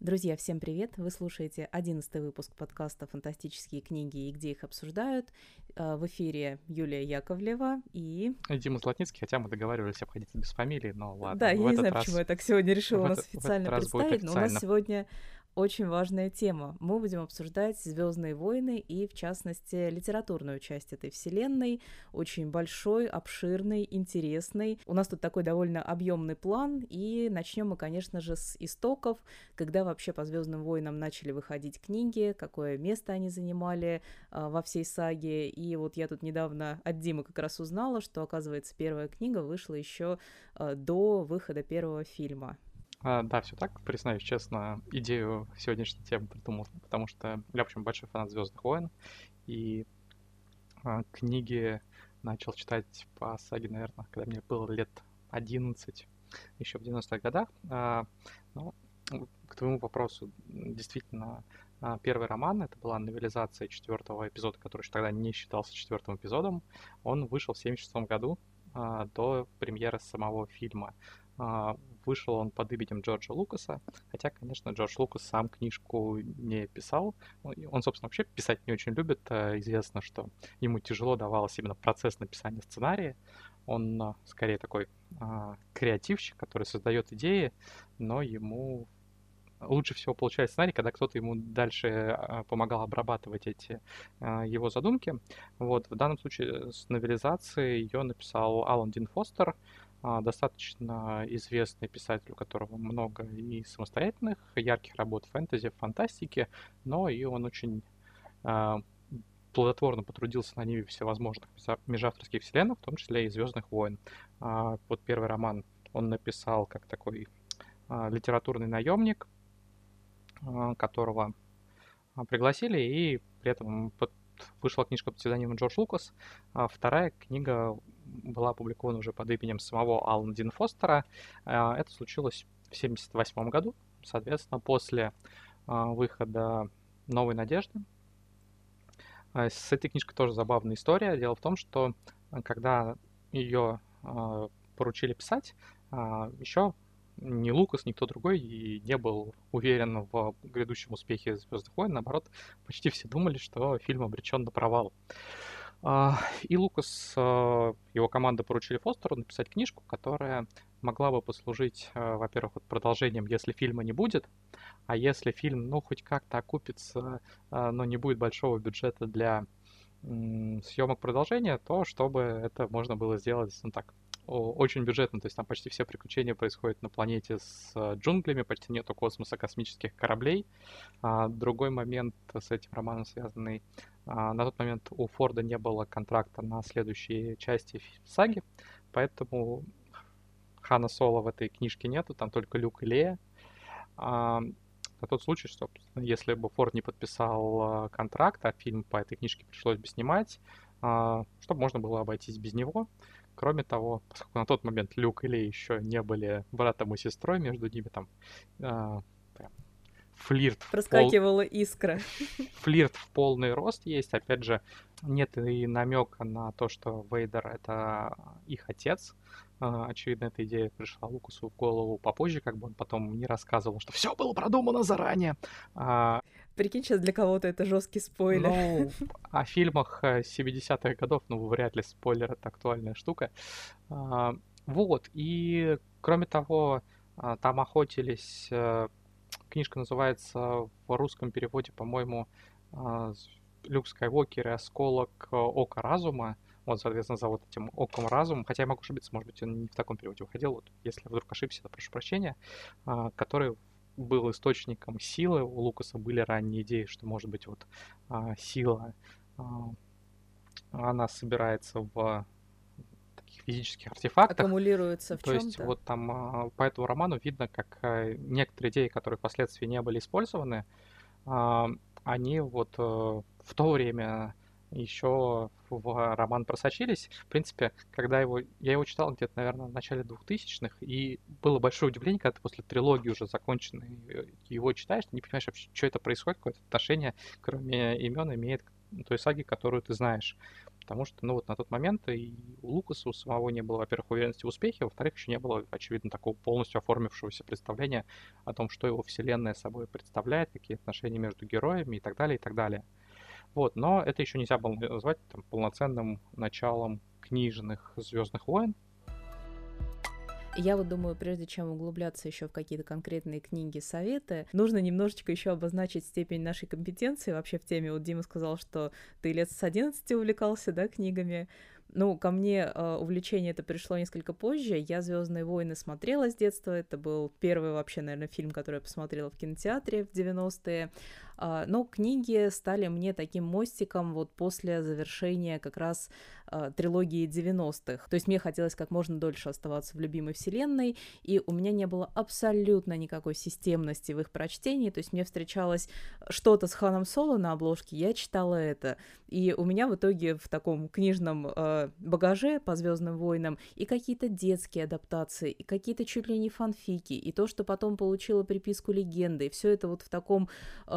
Друзья, всем привет! Вы слушаете 11-й выпуск подкаста «Фантастические книги и где их обсуждают». В эфире Юлия Яковлева и... Дима Златницкий, хотя мы договаривались обходиться без фамилии, но Да, ладно, я не знаю, почему я так сегодня решила нас в этот официально раз будет представить, но у нас официально. сегодня очень важная тема. Мы будем обсуждать «Звездные войны» и, в частности, литературную часть этой вселенной. Очень большой, обширный, интересный. У нас тут такой довольно объемный план, и начнем мы, конечно же, с истоков, когда вообще по «Звездным войнам» начали выходить книги, какое место они занимали во всей саге. И вот я тут недавно от Димы как раз узнала, что, оказывается, первая книга вышла еще до выхода первого фильма. Да, все так. Признаюсь честно, идею сегодняшней темы придумал, потому что я, в общем, большой фанат «Звездных войн», и книги начал читать по саге, наверное, когда мне было лет 11, еще в 90-х годах. Ну, к твоему вопросу, действительно, первый роман, это была новелизация четвертого эпизода, который еще тогда не считался четвертым эпизодом. Он вышел в 1976 году, до премьеры самого фильма. Вышел он под именем Джорджа Лукаса, хотя, конечно, Джордж Лукас сам книжку не писал. Он, собственно, вообще писать не очень любит. Известно, что ему тяжело давался именно процесс написания сценария. Он скорее такой креативщик, который создает идеи, но ему лучше всего получается сценарий, когда кто-то ему дальше помогал обрабатывать эти его задумки. Вот, в данном случае с новелизацией ее написал Алан Дин Фостер, достаточно известный писатель, у которого много и самостоятельных ярких работ в фэнтези, в фантастике, но и он очень плодотворно потрудился на ниве всевозможных межавторских вселенных, в том числе и «Звездных войн». Вот первый роман он написал как такой литературный наемник, которого пригласили, и при этом вышла книжка под псевдонимом Джордж Лукас. Вторая книга была опубликована уже под именем самого Алана Дина Фостера. Это случилось в 1978 году, соответственно, после выхода «Новой надежды». С этой книжкой тоже забавная история. Дело в том, что когда ее поручили писать, еще ни Лукас, никто другой и не был уверен в грядущем успехе «Звездных войн». Наоборот, почти все думали, что фильм обречен на провал. И Лукас, его команда поручили Фостеру написать книжку, которая могла бы послужить, во-первых, продолжением, если фильма не будет, а если фильм, ну, хоть как-то окупится, но не будет большого бюджета для съемок продолжения, то чтобы это можно было сделать, ну так, очень бюджетно, то есть там почти все приключения происходят на планете с джунглями, почти нету космоса, космических кораблей. Другой момент с этим романом связанный, на тот момент у Форда не было контракта на следующие части саги, поэтому Хана Соло в этой книжке нету, там только Люк и Лея. На тот случай, что если бы Форд не подписал контракт, а фильм по этой книжке пришлось бы снимать, чтобы можно было обойтись без него. Кроме того, поскольку на тот момент Люк и Лея еще не были братом и сестрой, между ними там прям Проскакивала искра. флирт в полный рост есть. Опять же, нет и намека на то, что Вейдер — это их отец. Очевидно, эта идея пришла Лукасу в голову попозже, как бы он потом не рассказывал, что все было продумано заранее. Прикинь, сейчас для кого-то это жесткий спойлер. Ну, о фильмах 70-х годов, ну, вряд ли спойлер — это актуальная штука. Вот, и кроме того, там охотились... Книжка называется в русском переводе, по-моему, «Люк Скайуокер и осколок Ока Разума». Вот, соответственно, зовут этим Оком Разума. Хотя я могу ошибиться, может быть, он не в таком переводе выходил. Вот, если я вдруг ошибся, то прошу прощения. Который был источником силы. У Лукаса были ранние идеи, что, может быть, вот сила, она собирается в таких физических артефактах. Аккумулируется в То есть чем-то. вот там по этому роману видно, как некоторые идеи, которые впоследствии не были использованы, они вот в то время еще в роман просочились. В принципе, когда я его читал где-то, наверное, в начале 2000-х, и было большое удивление, когда ты после трилогии уже законченной его читаешь, ты не понимаешь вообще, что это происходит, какое-то отношение, кроме имен, имеет к той саге, которую ты знаешь. потому что, ну, вот на тот момент и у Лукаса у самого не было, во-первых, уверенности в успехе, во-вторых, еще не было, очевидно, такого полностью оформившегося представления о том, что его вселенная собой представляет, какие отношения между героями и так далее, и так далее. Вот, но это еще нельзя было назвать там полноценным началом книжных «Звездных войн». Я вот думаю, прежде чем углубляться еще в какие-то конкретные книги, советы, нужно немножечко еще обозначить степень нашей компетенции вообще в теме. Вот Дима сказал, что ты лет с 11 увлекался, да, книгами. Ну, ко мне увлечение это пришло несколько позже. Я «Звездные войны» смотрела с детства. Это был первый вообще, наверное, фильм, который я посмотрела в кинотеатре в 90-е. Но книги стали мне таким мостиком вот после завершения как раз трилогии 90-х. То есть мне хотелось как можно дольше оставаться в любимой вселенной, и у меня не было абсолютно никакой системности в их прочтении. То есть мне встречалось что-то с Ханом Соло на обложке, я читала это. И у меня в итоге в таком книжном багаже по «Звездным войнам» и какие-то детские адаптации, и какие-то чуть ли не фанфики, и то, что потом получила приписку легенды, и все это вот в таком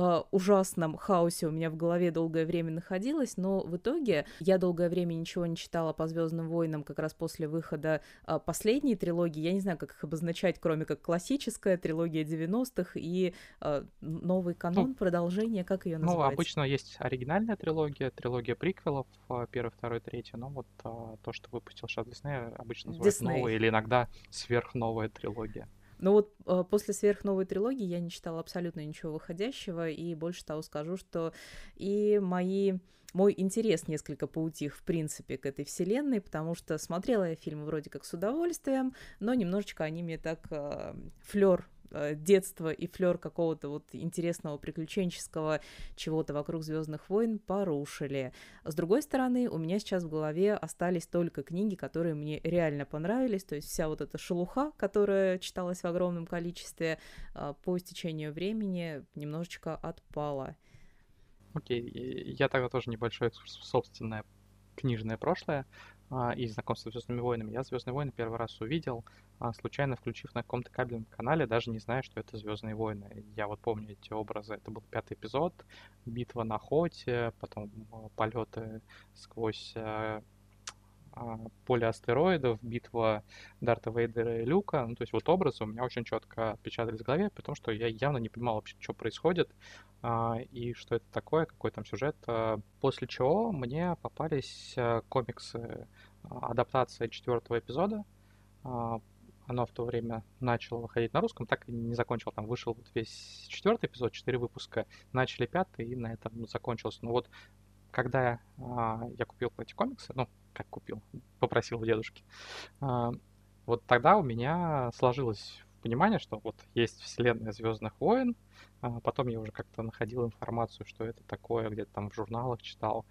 ужасном хаосе у меня в голове долгое время находилось, но в итоге я долгое время ничего не читала по «Звездным войнам» как раз после выхода последней трилогии. Я не знаю, как их обозначать, кроме как классическая трилогия 90-х и новый канон, Ну, продолжение, как ее ну, называть? обычно есть оригинальная трилогия приквелов, первый, второй, третий, но вот то, что выпустил сейчас Дисней, обычно называют новая Дисней. или иногда сверхновая трилогия. Но вот после сверхновой трилогии я не читала абсолютно ничего выходящего, и больше того скажу, что и мой интерес несколько поутих, в принципе, к этой вселенной, потому что смотрела я фильмы вроде как с удовольствием, но немножечко они мне так флёр детства и флёр какого-то вот интересного приключенческого чего-то вокруг «Звездных войн» порушили. С другой стороны, у меня сейчас в голове остались только книги, которые мне реально понравились, то есть вся вот эта шелуха, которая читалась в огромном количестве, по истечению времени немножечко отпала. Окей, я тогда тоже небольшой экскурс в собственное книжное прошлое и знакомство с «Звездными войнами». Я «Звездные войны» первый раз увидел, случайно включив на каком-то кабельном канале, даже не зная, что это «Звездные войны». Я вот помню эти образы. Это был 5-й эпизод, битва на Хоте, потом полеты сквозь поле астероидов, битва Дарта Вейдера и Люка. Ну, то есть вот образы у меня очень четко отпечатались в голове, потому что я явно не понимал вообще, что происходит и что это такое, какой там сюжет. После чего мне попались комиксы, адаптация 4-го эпизода. Оно в то время начало выходить на русском, так и не закончил. Там вышел вот весь 4-й эпизод, 4 выпуска, начали 5-й, и на этом закончился. Но вот когда я купил эти комиксы, ну, как купил, попросил у дедушки, а, вот тогда у меня сложилось понимание, что вот есть вселенная Звездных войн, потом я уже как-то находил информацию, что это такое, где-то там в журналах читал,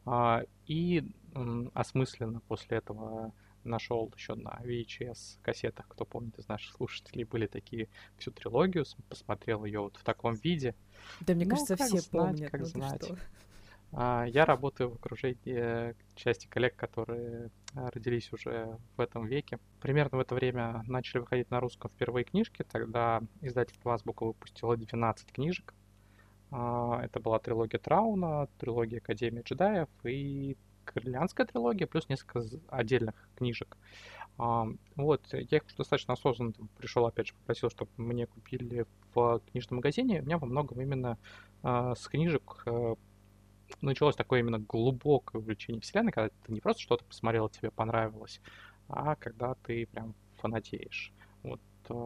и осмысленно после этого нашел еще на VHS кассетах, кто помнит из наших слушателей, были такие, всю трилогию, посмотрел ее вот в таком виде. Да, мне Ну, кажется, как все знать, помнят, как ну ты знать. что. Я работаю в окружении части коллег, которые родились уже в этом веке. Примерно в это время начали выходить на русском впервые книжки. Тогда издательство «Азбука» выпустило 12 книжек. Это была трилогия Трауна, трилогия Академии джедаев и Корелианская трилогия, плюс несколько отдельных книжек. Вот, я их уже достаточно осознанно пришел, опять же, попросил, чтобы мне купили в книжном магазине. У меня во многом именно с книжек началось такое именно глубокое увлечение вселенной, когда ты не просто что-то посмотрел, тебе понравилось, а когда ты прям фанатеешь. Вот.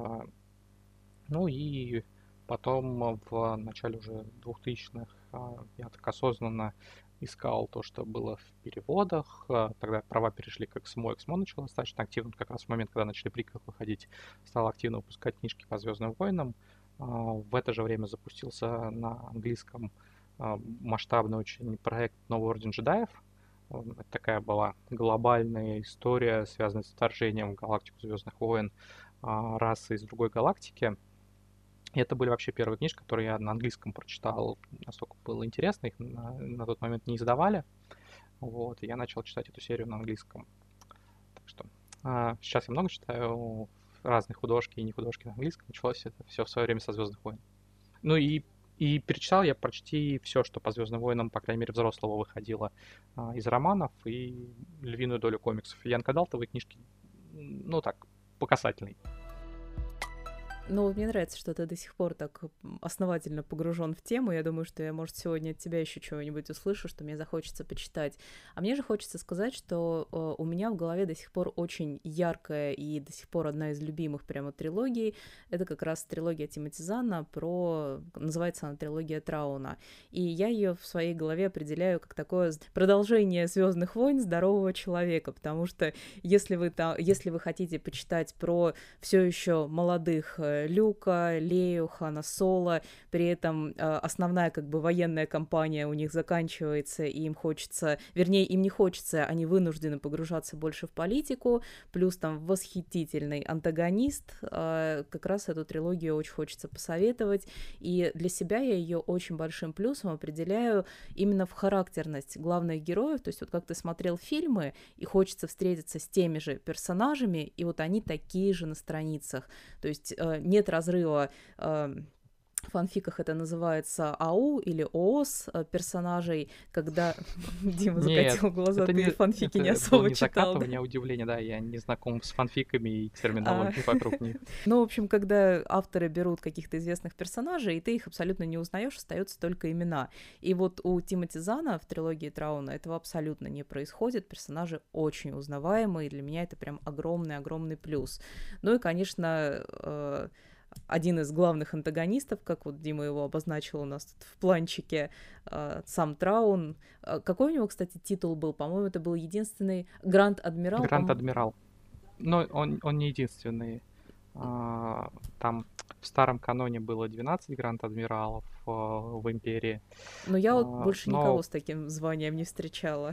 Ну и потом в начале уже 2000-х я так осознанно искал то, что было в переводах. Тогда права перешли к Эксмо. Эксмо начал достаточно активно, как раз в момент, когда начали приквелы выходить, стал активно выпускать книжки по «Звездным войнам». В это же время запустился на английском масштабный очень проект «Новый Орден Джедаев». Это такая была глобальная история, связанная с вторжением в галактику Звездных войн расы из другой галактики. И это были вообще первые книжки, которые я на английском прочитал, настолько было интересно, их на тот момент не издавали. Вот, и я начал читать эту серию на английском. Так что сейчас я много читаю разные художки и не художки на английском. Началось это все в свое время со «Звездных войн». Ну и И перечитал я почти все, что по «Звездным войнам», по крайней мере, взрослого выходило из романов, и львиную долю комиксов. Янка Далтовой книжки, ну так, по касательной. Ну, мне нравится, что ты до сих пор так основательно погружен в тему. Я думаю, что я, может, сегодня от тебя еще чего-нибудь услышу, что мне захочется почитать. А мне же хочется сказать, что у меня в голове до сих пор очень яркая и до сих пор одна из любимых прямо трилогий. Это как раз трилогия Тимоти Зана называется она трилогия Трауна. И я ее в своей голове определяю как такое продолжение «Звездных войн» здорового человека, потому что если вы хотите почитать про все еще молодых Люка, Лею, Хана Соло, при этом основная как бы военная кампания у них заканчивается, и им хочется, вернее, им не хочется, они вынуждены погружаться больше в политику, плюс там восхитительный антагонист, как раз эту трилогию очень хочется посоветовать, и для себя я ее очень большим плюсом определяю именно в характерность главных героев, то есть вот как ты смотрел фильмы, и хочется встретиться с теми же персонажами, и вот они такие же на страницах, то есть нет разрыва. В фанфиках это называется АУ или ООС персонажей, когда Дима Нет, закатил глаза, ты фанфики не это было особо не читал, да? закатывание, а удивление, да, я не знаком с фанфиками и А, терминологией вокруг них. Ну, в общем, когда авторы берут каких-то известных персонажей, и ты их абсолютно не узнаешь, остаются только имена. И вот у Тимоти Зана в трилогии Трауна этого абсолютно не происходит. Персонажи очень узнаваемые, и для меня это прям огромный-огромный плюс. Ну и, конечно, один из главных антагонистов, как вот Дима его обозначил у нас тут в планчике, сам Траун. Какой у него, кстати, титул был? По-моему, это был единственный Гранд-адмирал. Гранд-адмирал. Но он не единственный. Там в старом каноне было 12 Гранд-адмиралов в Империи. Но я вот больше никого Но с таким званием не встречала.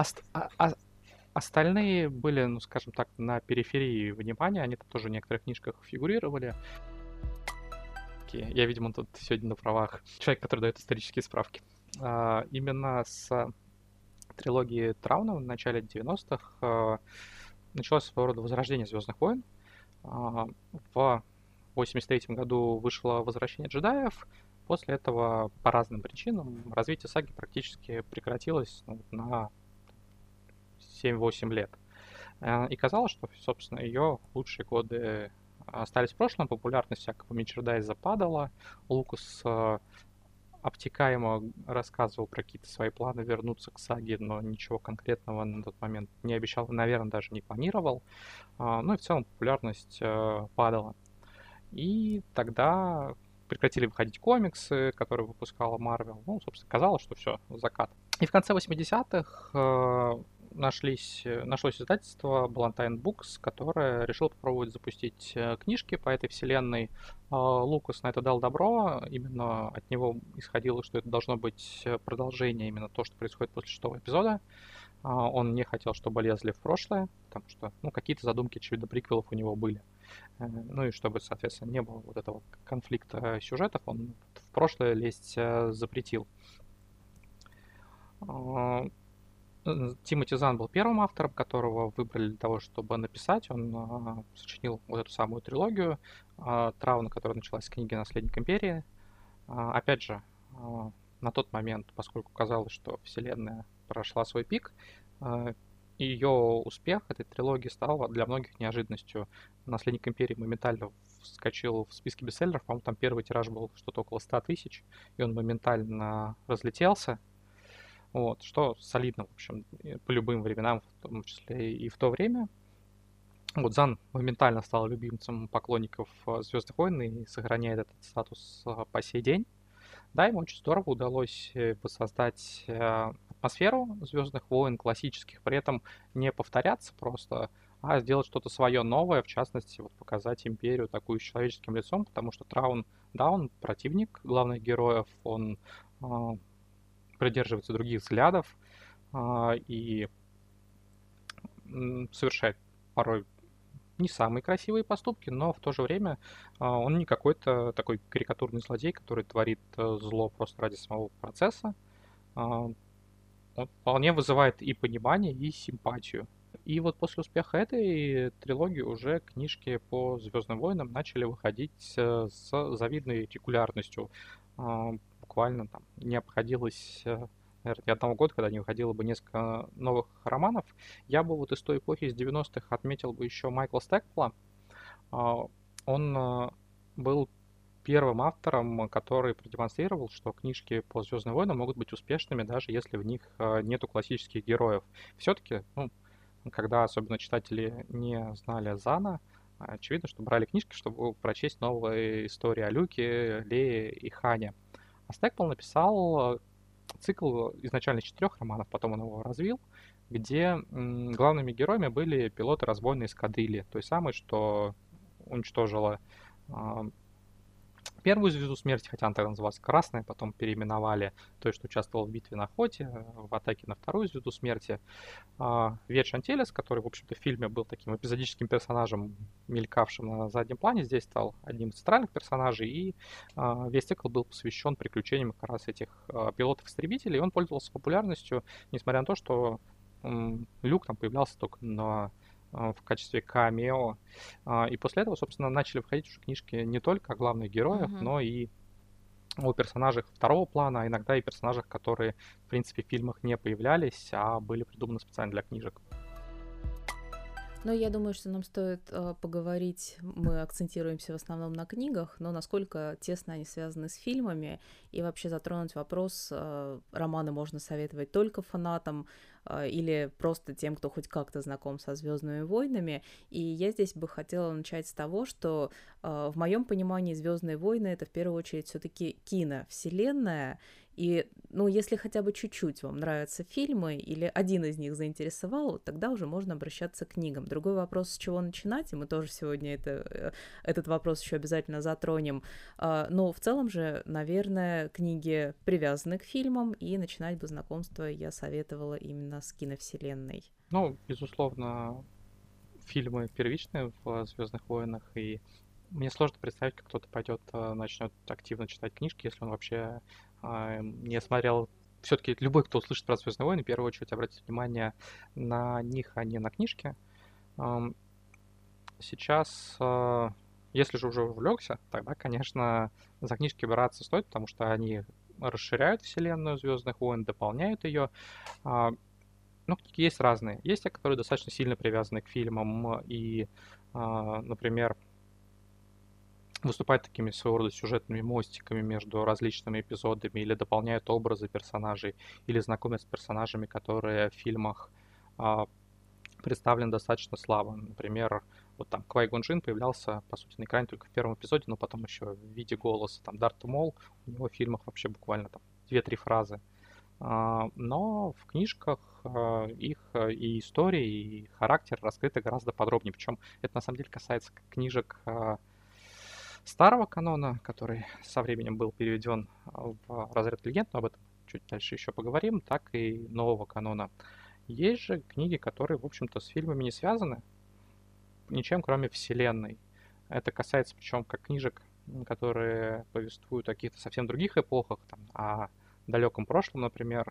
остальные были, ну, скажем так, на периферии внимания. Они тоже в некоторых книжках фигурировали. Я, видимо, тут сегодня на правах человек, который дает исторические справки. Именно с трилогии Трауна в начале 90-х началось своего рода возрождение «Звездных войн». В 83 году вышло «Возвращение джедаев». После этого по разным причинам развитие саги практически прекратилось на 7-8 лет. И казалось, что, собственно, ее лучшие годы остались в прошлом, популярность всякого мерчендайза падала. Лукас обтекаемо рассказывал про какие-то свои планы вернуться к саге, но ничего конкретного на тот момент не обещал, наверное, даже не планировал. Ну и в целом популярность падала. И тогда прекратили выходить комиксы, которые выпускала Marvel. Ну, собственно, казалось, что все, закат. И в конце 80-х нашлось издательство Ballantine Books, которое решило попробовать запустить книжки по этой вселенной. Лукас на это дал добро, именно от него исходило, что это должно быть продолжение, именно то, что происходит после 6-го эпизода. Он не хотел, чтобы лезли в прошлое, потому что, ну, какие-то задумки, очевидно, приквелов у него были. Ну и чтобы, соответственно, не было вот этого конфликта сюжетов, он в прошлое лезть запретил. Тимоти Зан был первым автором, которого выбрали для того, чтобы написать. Он сочинил вот эту самую трилогию Трауна, которая началась с книги «Наследник Империи». Опять же, на тот момент, поскольку казалось, что вселенная прошла свой пик, ее успех этой трилогии стал для многих неожиданностью. «Наследник Империи» моментально вскочил в списке бестселлеров. По-моему, там первый тираж был что-то около 100 тысяч, и он моментально разлетелся. Вот, что солидно, в общем, по любым временам, в том числе и в то время. Вот Зан моментально стал любимцем поклонников «Звездных войн» и сохраняет этот статус по сей день. Да, ему очень здорово удалось воссоздать атмосферу «Звездных войн» классических, при этом не повторяться просто, а сделать что-то свое новое, в частности, вот показать империю такую с человеческим лицом, потому что Траун, да, он противник главных героев, он придерживается других взглядов и совершает порой не самые красивые поступки, но в то же время он не какой-то такой карикатурный злодей, который творит зло просто ради самого процесса. Он вполне вызывает и понимание, и симпатию. И вот после успеха этой трилогии уже книжки по «Звездным войнам» начали выходить с завидной регулярностью. Буквально там не обходилось, наверное, ни одного года, когда не выходило бы несколько новых романов. Я бы вот из той эпохи, из 90-х, отметил бы еще Майкла Стэкпола. Он был первым автором, который продемонстрировал, что книжки по «Звездным войнам» могут быть успешными, даже если в них нету классических героев. Все-таки, ну, когда особенно читатели не знали Зана, очевидно, что брали книжки, чтобы прочесть новые истории о Люке, Лее и Хане. А Стэкпол написал цикл изначально из 4 романов, потом он его развил, где главными героями были пилоты разбойной эскадрильи, той самой, что уничтожила первую звезду смерти, хотя она тогда называлась Красная, потом переименовали той, что участвовал в битве на Хоте, в атаке на вторую звезду смерти. Ветш Антелес, который, в общем-то, в фильме был таким эпизодическим персонажем, мелькавшим на заднем плане, здесь стал одним из центральных персонажей, и весь цикл был посвящен приключениям как раз этих пилотов-истребителей, и он пользовался популярностью, несмотря на то, что Люк там появлялся только в качестве камео. И после этого, собственно, начали выходить уже книжки не только о главных героях, но и о персонажах второго плана, а иногда и персонажах, которые, в принципе, в фильмах не появлялись, а были придуманы специально для книжек. Но я думаю, что нам стоит поговорить, мы акцентируемся в основном на книгах, но насколько тесно они связаны с фильмами, и вообще затронуть вопрос, романы можно советовать только фанатам или просто тем, кто хоть как-то знаком со «Звездными войнами». И я здесь бы хотела начать с того, что в моем понимании «Звездные войны» — это в первую очередь все-таки киновселенная. И, ну, если хотя бы чуть-чуть вам нравятся фильмы или один из них заинтересовал, тогда уже можно обращаться к книгам. Другой вопрос, с чего начинать, и мы тоже сегодня этот вопрос еще обязательно затронем. Но в целом же, наверное, книги привязаны к фильмам, и начинать бы знакомство я советовала именно с киновселенной. Ну, безусловно, фильмы первичные в «Звездных войнах», и мне сложно представить, как кто-то пойдет, начнет активно читать книжки, если он вообще не смотрел. Все-таки любой, кто услышит про «Звездные войны», в первую очередь обратит внимание на них, а не на книжки. Сейчас, если же уже увлекся, тогда, конечно, за книжки браться стоит, потому что они расширяют вселенную «Звездных войн», дополняют ее. Ну, книги есть разные. Есть те, которые достаточно сильно привязаны к фильмам и, например, выступают такими своего рода сюжетными мостиками между различными эпизодами или дополняют образы персонажей, или знакомят с персонажами, которые в фильмах представлены достаточно слабо. Например, вот там Квай-Гон Джинн появлялся, по сути, на экране только в первом эпизоде, но потом еще в виде голоса. Там Дарт Мол, у него в фильмах вообще буквально там 2-3 фразы. Но в книжках их и истории, и характер раскрыты гораздо подробнее. Причем это на самом деле касается книжек старого канона, который со временем был переведен в разряд легенд, но об этом чуть дальше еще поговорим, так и нового канона. Есть же книги, которые, в общем-то, с фильмами не связаны ничем, кроме вселенной. Это касается причем как книжек, которые повествуют о каких-то совсем других эпохах, там, о далеком прошлом, например,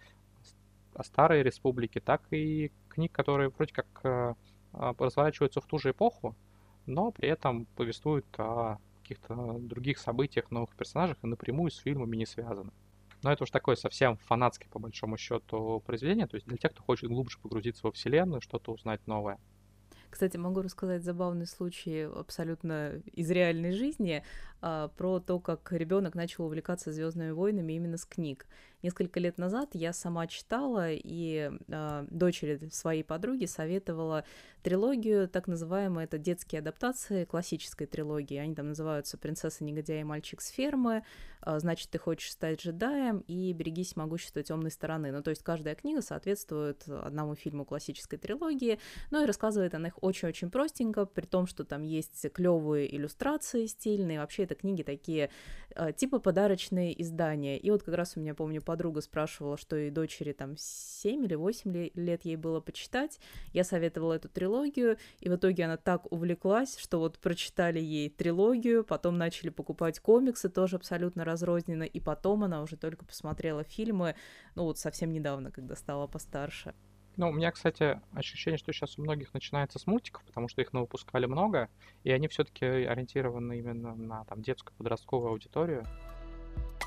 о старой республике, так и книг, которые вроде как разворачиваются в ту же эпоху, но при этом повествуют о каких-то других событиях, новых персонажах и напрямую с фильмами не связаны. Но это уж такое совсем фанатское, по большому счету, произведение, то есть для тех, кто хочет глубже погрузиться во вселенную, что-то узнать новое. Кстати, могу рассказать забавный случай абсолютно из реальной жизни про то, как ребенок начал увлекаться «Звездными войнами» именно с книг. Несколько лет назад я сама читала и дочери своей подруги советовала трилогию, так называемые, это детские адаптации классической трилогии. Они там называются «Принцесса, негодяй и мальчик с фермы», «Значит, ты хочешь стать джедаем» и «Берегись могущества темной стороны». Ну, то есть каждая книга соответствует одному фильму классической трилогии, ну и рассказывает о них очень-очень простенько, при том, что там есть клевые иллюстрации стильные. Вообще это книги такие типа подарочные издания. И вот как раз у меня, помню, подруга спрашивала, что ей дочери там 7 или 8 лет ей было почитать. Я советовала эту трилогию, и в итоге она так увлеклась, что вот прочитали ей трилогию, потом начали покупать комиксы, тоже абсолютно разрозненно, и потом она уже только посмотрела фильмы, ну вот совсем недавно, когда стала постарше. Ну, у меня, кстати, ощущение, что сейчас у многих начинается с мультиков, потому что их выпускали много, и они все-таки ориентированы именно на там детскую подростковую аудиторию.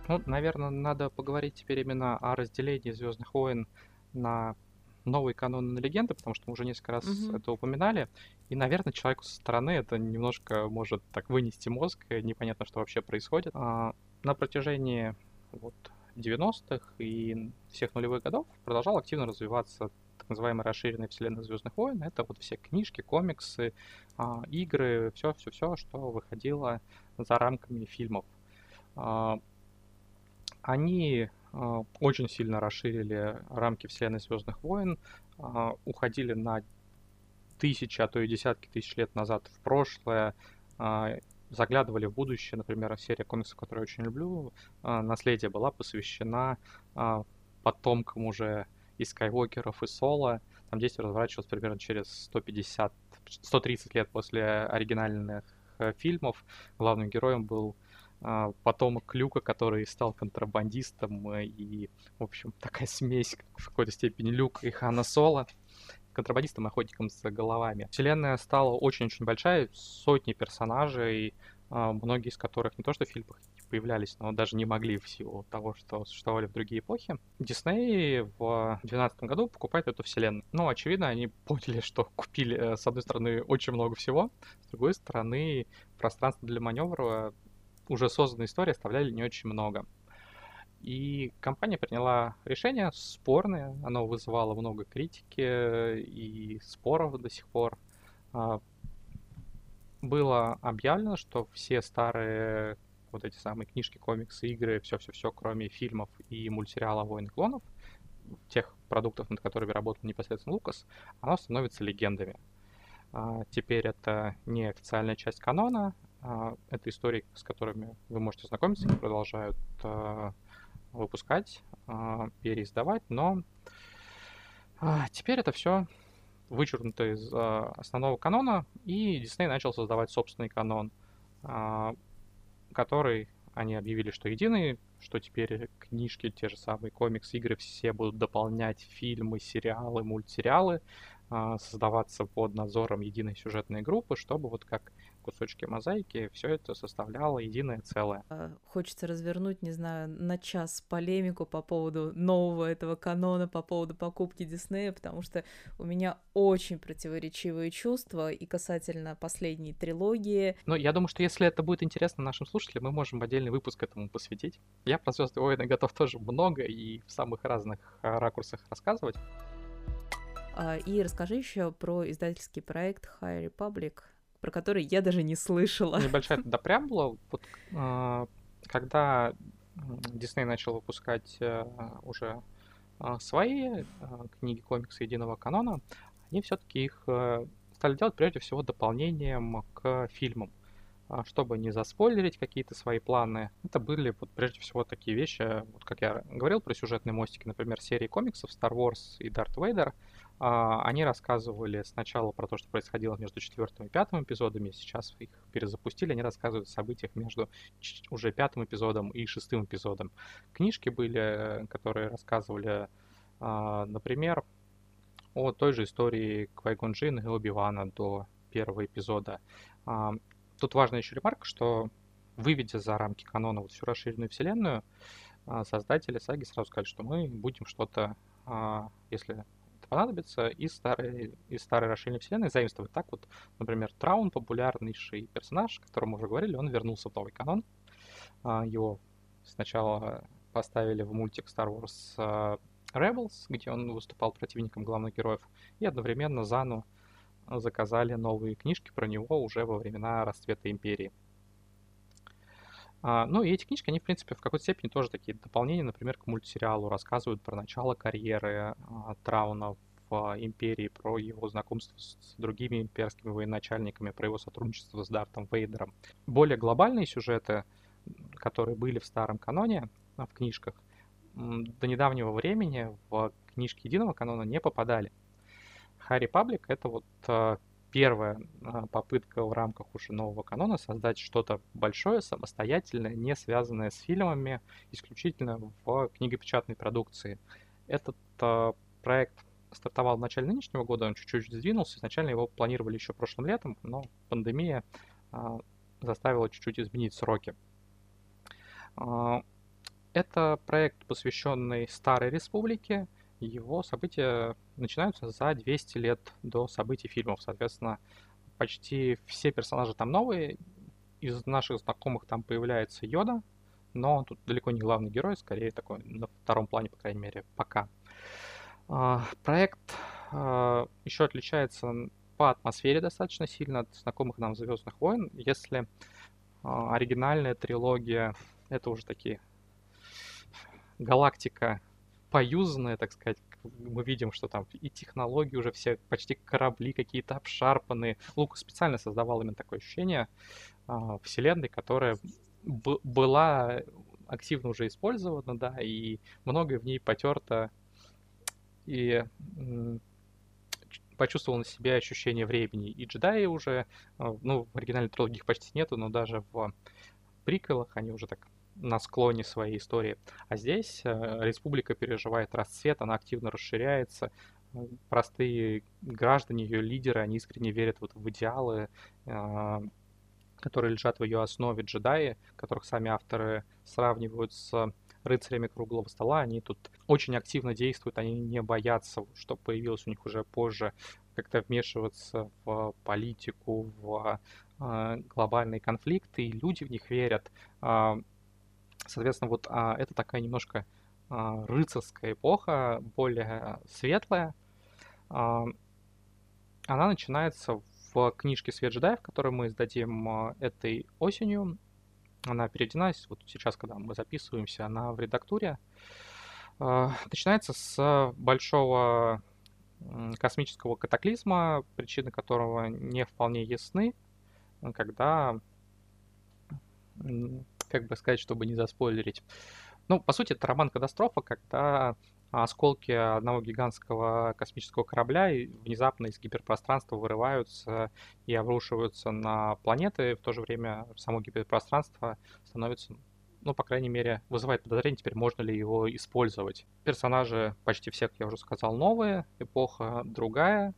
Ну, наверное, надо поговорить теперь именно о разделении Звездных войн на новый канон и на легенды, потому что мы уже несколько раз Мгм. это упоминали. И, наверное, человеку со стороны это немножко может так вынести мозг, и непонятно, что вообще происходит. На протяжении вот 90-х и всех нулевых годов продолжал активно развиваться так называемая расширенная вселенная Звездных войн. Это вот все книжки, комиксы, игры, все, что выходило за рамками фильмов. А, Они очень сильно расширили рамки вселенной Звездных войн, уходили на тысячи, а то и десятки тысяч лет назад в прошлое, а, заглядывали в будущее. Например, серия комиксов, которую я очень люблю, «Наследие», была посвящена а, потомкам уже и Скайуокеров, и Соло. Там действие разворачивалось примерно через 130 лет после оригинальных фильмов. Главным героем был потомок Люка, который стал контрабандистом, и, в общем, такая смесь в какой-то степени Люка и Хана Соло, контрабандистом и охотником за головами. Вселенная стала очень-очень большая, сотни персонажей, многие из которых не то что в фильмах появлялись, но даже не могли в силу того, что существовали в другие эпохи. Дисней в 2012 году покупает эту вселенную. Ну, очевидно, они поняли, что купили, с одной стороны, очень много всего, с другой стороны, пространство для маневра уже созданной истории оставляли не очень много. И компания приняла решение спорное, оно вызывало много критики и споров до сих пор. А, Было объявлено, что все старые вот эти самые книжки, комиксы, игры, все-все-все, кроме фильмов и мультсериала «Войны клонов», тех продуктов, над которыми работал непосредственно Лукас, оно становится легендами. Теперь это не официальная часть канона, это истории, с которыми вы можете знакомиться, их продолжают выпускать, переиздавать, но теперь это все вычеркнуто из основного канона, и Disney начал создавать собственный канон, а, который они объявили, что единый, что теперь книжки, те же самые комиксы, игры, все будут дополнять фильмы, сериалы, мультсериалы, создаваться под надзором единой сюжетной группы, чтобы вот как кусочки мозаики все это составляло единое целое. Хочется развернуть, не знаю, на час полемику по поводу нового этого канона, по поводу покупки Диснея, потому что у меня очень противоречивые чувства и касательно последней трилогии. Но я думаю, что если это будет интересно нашим слушателям, мы можем отдельный выпуск этому посвятить. Я про «Звездные войны» готов тоже много и в самых разных ракурсах рассказывать. И расскажи еще про издательский проект High Republic, про который я даже не слышала. Небольшая туда преамбула. Вот, когда Дисней начал выпускать уже свои книги, комиксы единого канона, они все-таки их стали делать прежде всего дополнением к фильмам, чтобы не заспойлерить какие-то свои планы. Это были вот прежде всего такие вещи, вот как я говорил про сюжетные мостики, например, серии комиксов Star Wars и Дарт Вейдер. Они рассказывали сначала про то, что происходило между четвертым и пятым эпизодами, сейчас их перезапустили, они рассказывают о событиях между уже пятым эпизодом и шестым эпизодом. Книжки были, которые рассказывали, например, о той же истории Квай-Гон Джинна и Оби-Вана до первого эпизода. Тут важная еще ремарка, что выведя за рамки канона вот всю расширенную вселенную, создатели саги сразу сказали, что мы будем что-то, если это понадобится, из старой расширенной вселенной заимствовать. Так вот, например, Траун, популярнейший персонаж, о котором мы уже говорили, он вернулся в новый канон. Его сначала поставили в мультик Star Wars Rebels, где он выступал противником главных героев, и одновременно заново заказали новые книжки про него уже во времена расцвета Империи. Ну и эти книжки, они, в принципе, в какой-то степени тоже такие дополнения, например, к мультсериалу, рассказывают про начало карьеры Трауна в Империи, про его знакомство с другими имперскими военачальниками, про его сотрудничество с Дартом Вейдером. Более глобальные сюжеты, которые были в старом каноне, в книжках, до недавнего времени в книжки единого канона не попадали. High Republic — это вот первая попытка в рамках уже нового канона создать что-то большое, самостоятельное, не связанное с фильмами, исключительно в книгопечатной продукции. Этот проект стартовал в начале нынешнего года, он чуть-чуть сдвинулся. Изначально его планировали еще прошлым летом, но пандемия заставила чуть-чуть изменить сроки. Это проект, посвященный Старой Республике. Его события начинаются за 200 лет до событий фильмов. Соответственно, почти все персонажи там новые. Из наших знакомых там появляется Йода, но он тут далеко не главный герой, скорее такой на втором плане, по крайней мере, пока. Проект еще отличается по атмосфере достаточно сильно от знакомых нам «Звездных войн». Если оригинальная трилогия — это уже такие галактика поюзанная, так сказать. Мы видим, что там и технологии уже все, почти корабли какие-то обшарпанные. Лукас специально создавал именно такое ощущение вселенной, которая была активно уже использована, да, и многое в ней потерто, и почувствовал на себе ощущение времени. И джедаи уже, ну, в оригинальной трилогии их почти нету, но даже в приквелах они уже так на склоне своей истории. А здесь республика переживает расцвет, она активно расширяется. Простые граждане, ее лидеры, они искренне верят вот в идеалы, которые лежат в ее основе, джедаи, которых сами авторы сравнивают с рыцарями круглого стола. Они тут очень активно действуют, они не боятся, что появилось у них уже позже, как-то вмешиваться в политику, в глобальные конфликты, и люди в них верят. Соответственно, вот это такая немножко рыцарская эпоха, более светлая. Она начинается в книжке «Свет джедаев», которую мы издадим этой осенью. Она переведена, вот сейчас, когда мы записываемся, она в редактуре. Начинается с большого космического катаклизма, причины которого не вполне ясны, когда, как бы сказать, чтобы не заспойлерить. Ну, по сути, это роман-катастрофа, когда осколки одного гигантского космического корабля внезапно из гиперпространства вырываются и обрушиваются на планеты. В то же время само гиперпространство становится, ну, по крайней мере, вызывает подозрение, теперь можно ли его использовать. Персонажи почти все, как я уже сказал, новые, эпоха другая.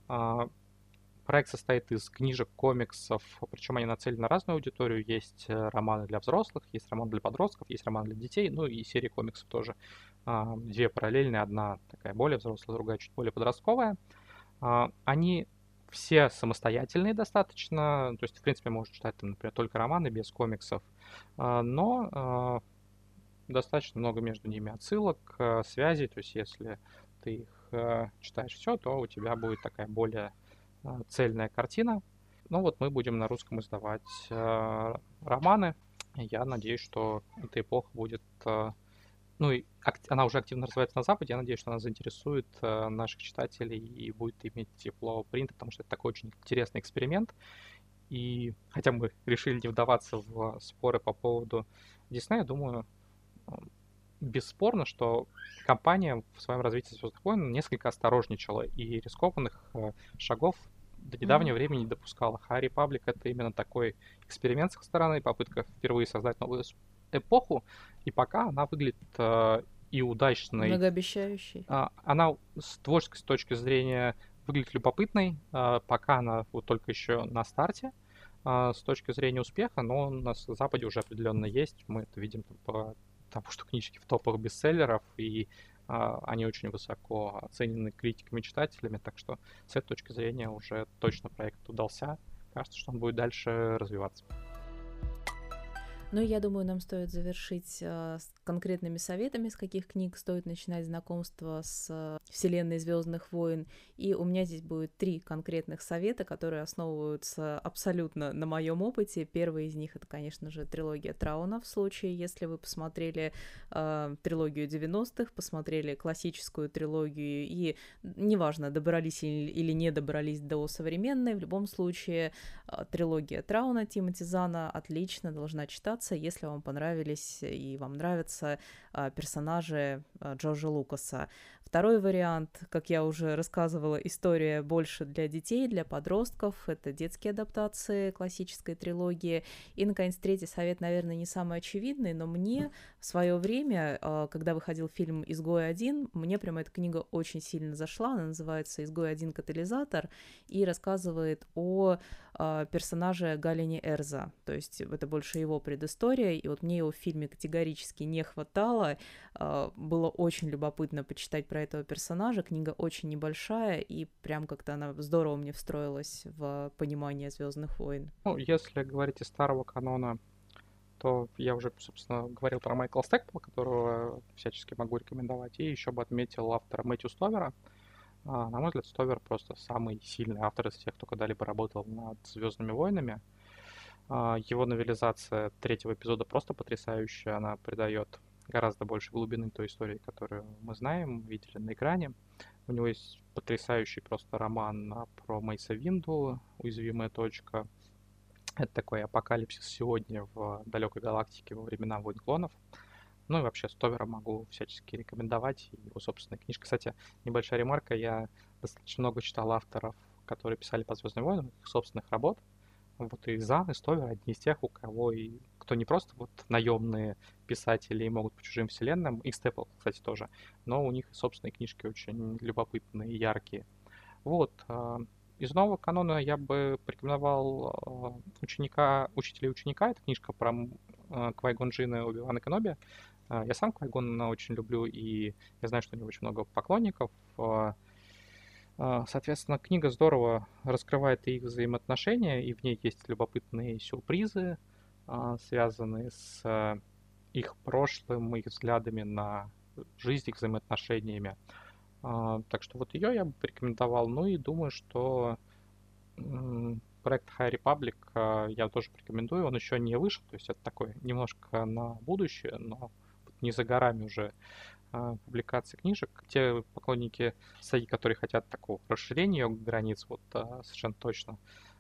Проект состоит из книжек, комиксов, причем они нацелены на разную аудиторию. Есть романы для взрослых, есть романы для подростков, есть романы для детей, ну и серии комиксов тоже. Две параллельные, одна такая более взрослая, другая чуть более подростковая. Они все самостоятельные достаточно, то есть, в принципе, можно читать, там, например, только романы без комиксов, но достаточно много между ними отсылок, связей, то есть, если ты их читаешь все, то у тебя будет такая более цельная картина. Ну вот мы будем на русском издавать романы. Я надеюсь, что эта эпоха будет... ну и она уже активно развивается на Западе. Я надеюсь, что она заинтересует наших читателей и будет иметь тепло принта, потому что это такой очень интересный эксперимент. И хотя мы решили не вдаваться в споры по поводу Диснея, я думаю, бесспорно, что компания в своем развитии «Звездных войн» несколько осторожничала и рискованных шагов до недавнего времени не допускала. High Republic — это именно такой эксперимент с их стороны, попытка впервые создать новую эпоху, и пока она выглядит и удачной. Многообещающей. Она с творческой точки зрения выглядит любопытной, пока она вот только еще на старте. С точки зрения успеха, но он на Западе уже определенно есть. Мы это видим по тому, что книжки в топах бестселлеров, и они очень высоко оценены критиками и читателями, так что с этой точки зрения уже точно проект удался. Кажется, что он будет дальше развиваться. Ну, я думаю, нам стоит завершить с конкретными советами, с каких книг стоит начинать знакомство с вселенной «Звездных войн». И у меня здесь будет 3 конкретных совета, которые основываются абсолютно на моем опыте. Первый из них — это, конечно же, трилогия Трауна, в случае, если вы посмотрели трилогию 90-х, посмотрели классическую трилогию, и неважно, добрались или не добрались до современной, в любом случае трилогия Трауна Тимоти Зана отлично должна читаться, если вам понравились и вам нравятся персонажи Джорджа Лукаса. Второй вариант, как я уже рассказывала, история больше для детей, для подростков. Это детские адаптации классической трилогии. И, наконец, третий совет, наверное, не самый очевидный, но мне в свое время, когда выходил фильм «Изгой-1», мне прямо эта книга очень сильно зашла. Она называется «Изгой-1. Катализатор» и рассказывает о персонажа Галини Эрза. То есть это больше его предыстория, и вот мне его в фильме категорически не хватало. Было очень любопытно почитать про этого персонажа. Книга очень небольшая, и прям как-то она здорово мне встроилась в понимание «Звездных войн». Ну, если говорить из старого канона, то я уже, собственно, говорил про Майкла Стэкпола, которого всячески могу рекомендовать, и еще бы отметил автора Мэтью Стовера. На мой взгляд, Стовер просто самый сильный автор из тех, кто когда-либо работал над «Звездными войнами». Его новелизация третьего эпизода просто потрясающая, она придает гораздо больше глубины той истории, которую мы знаем, видели на экране. У него есть потрясающий просто роман про Мейса Винду «Уязвимая точка». Это такой апокалипсис сегодня в далекой галактике во времена «Войн клонов». Ну и вообще Стовера могу всячески рекомендовать. И его собственная книжка. Кстати, небольшая ремарка. Я достаточно много читал авторов, которые писали по «Звездным войнам», их собственных работ. Вот и Зан, и Стовер одни из тех, у кого и кто не просто вот наемные писатели и могут по чужим вселенным, и Степл, кстати, тоже, но у них и собственные книжки очень любопытные и яркие. Вот. Из нового канона я бы порекомендовал «Учителя и ученика». Это книжка про Квай-Гон Джинна и Оби-Вана Кеноби. Я сам Квай-Гона очень люблю, и я знаю, что у него очень много поклонников. Соответственно, книга здорово раскрывает их взаимоотношения, и в ней есть любопытные сюрпризы, связанные с их прошлым, их взглядами на жизнь, их взаимоотношениями. Так что вот ее я бы порекомендовал. Ну и думаю, что проект High Republic я тоже порекомендую. Он еще не вышел, то есть это такой немножко на будущее, но не за горами уже публикации книжек. Те поклонники саги, которые хотят такого расширения границ, вот совершенно точно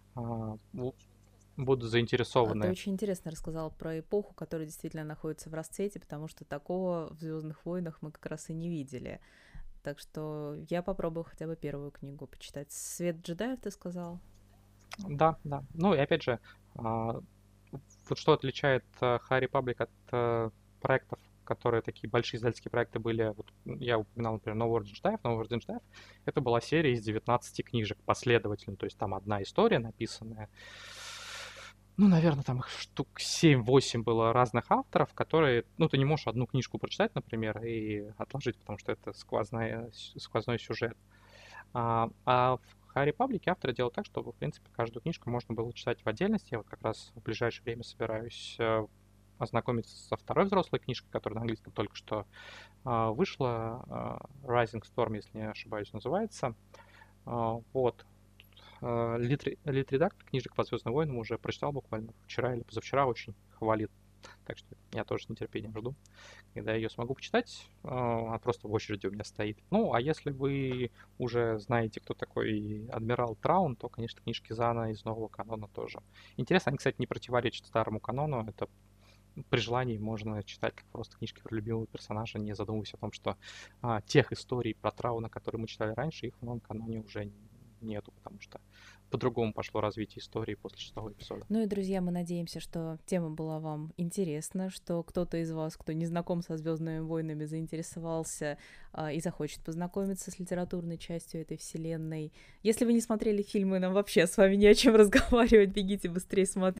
будут заинтересованы. Ты очень интересно рассказал про эпоху, которая действительно находится в расцвете, потому что такого в «Звездных войнах» мы как раз и не видели. Так что я попробую хотя бы первую книгу почитать. «Свет джедаев» ты сказал? Да, да. Ну и опять же, вот что отличает High Republic от проектов, которые такие большие издательские проекты были, вот я упоминал, например, Новый Орден Джедаев. Новый Орден Джедаев — это была серия из 19 книжек последовательно, то есть там одна история, написанная, ну, наверное, там их штук 7-8 было разных авторов, которые, ну, ты не можешь одну книжку прочитать, например, и отложить, потому что это сквозной сюжет. А в High Republic авторы делают так, чтобы, в принципе, каждую книжку можно было читать в отдельности. Я вот как раз в ближайшее время собираюсь ознакомиться со второй взрослой книжкой, которая на английском только что вышла. Rising Storm, если не ошибаюсь, называется. Вот. Лид-редактор книжек по «Звездным войнам» уже прочитал буквально вчера или позавчера, очень хвалит. Так что я тоже с нетерпением жду, когда я ее смогу почитать. Она просто в очереди у меня стоит. Ну, а если вы уже знаете, кто такой Адмирал Траун, то, конечно, книжки Зана из нового канона тоже. Интересно, они, кстати, не противоречат старому канону. Это при желании можно читать как просто книжки про любимого персонажа, не задумываясь о том, что тех историй про Трауна, которые мы читали раньше, их в новом каноне уже нету, потому что по-другому пошло развитие истории после 6-го эпизода. Ну и, друзья, мы надеемся, что тема была вам интересна, что кто-то из вас, кто не знаком со «Звездными войнами», заинтересовался и захочет познакомиться с литературной частью этой вселенной. Если вы не смотрели фильмы, нам вообще с вами не о чем разговаривать, бегите быстрее смотрите.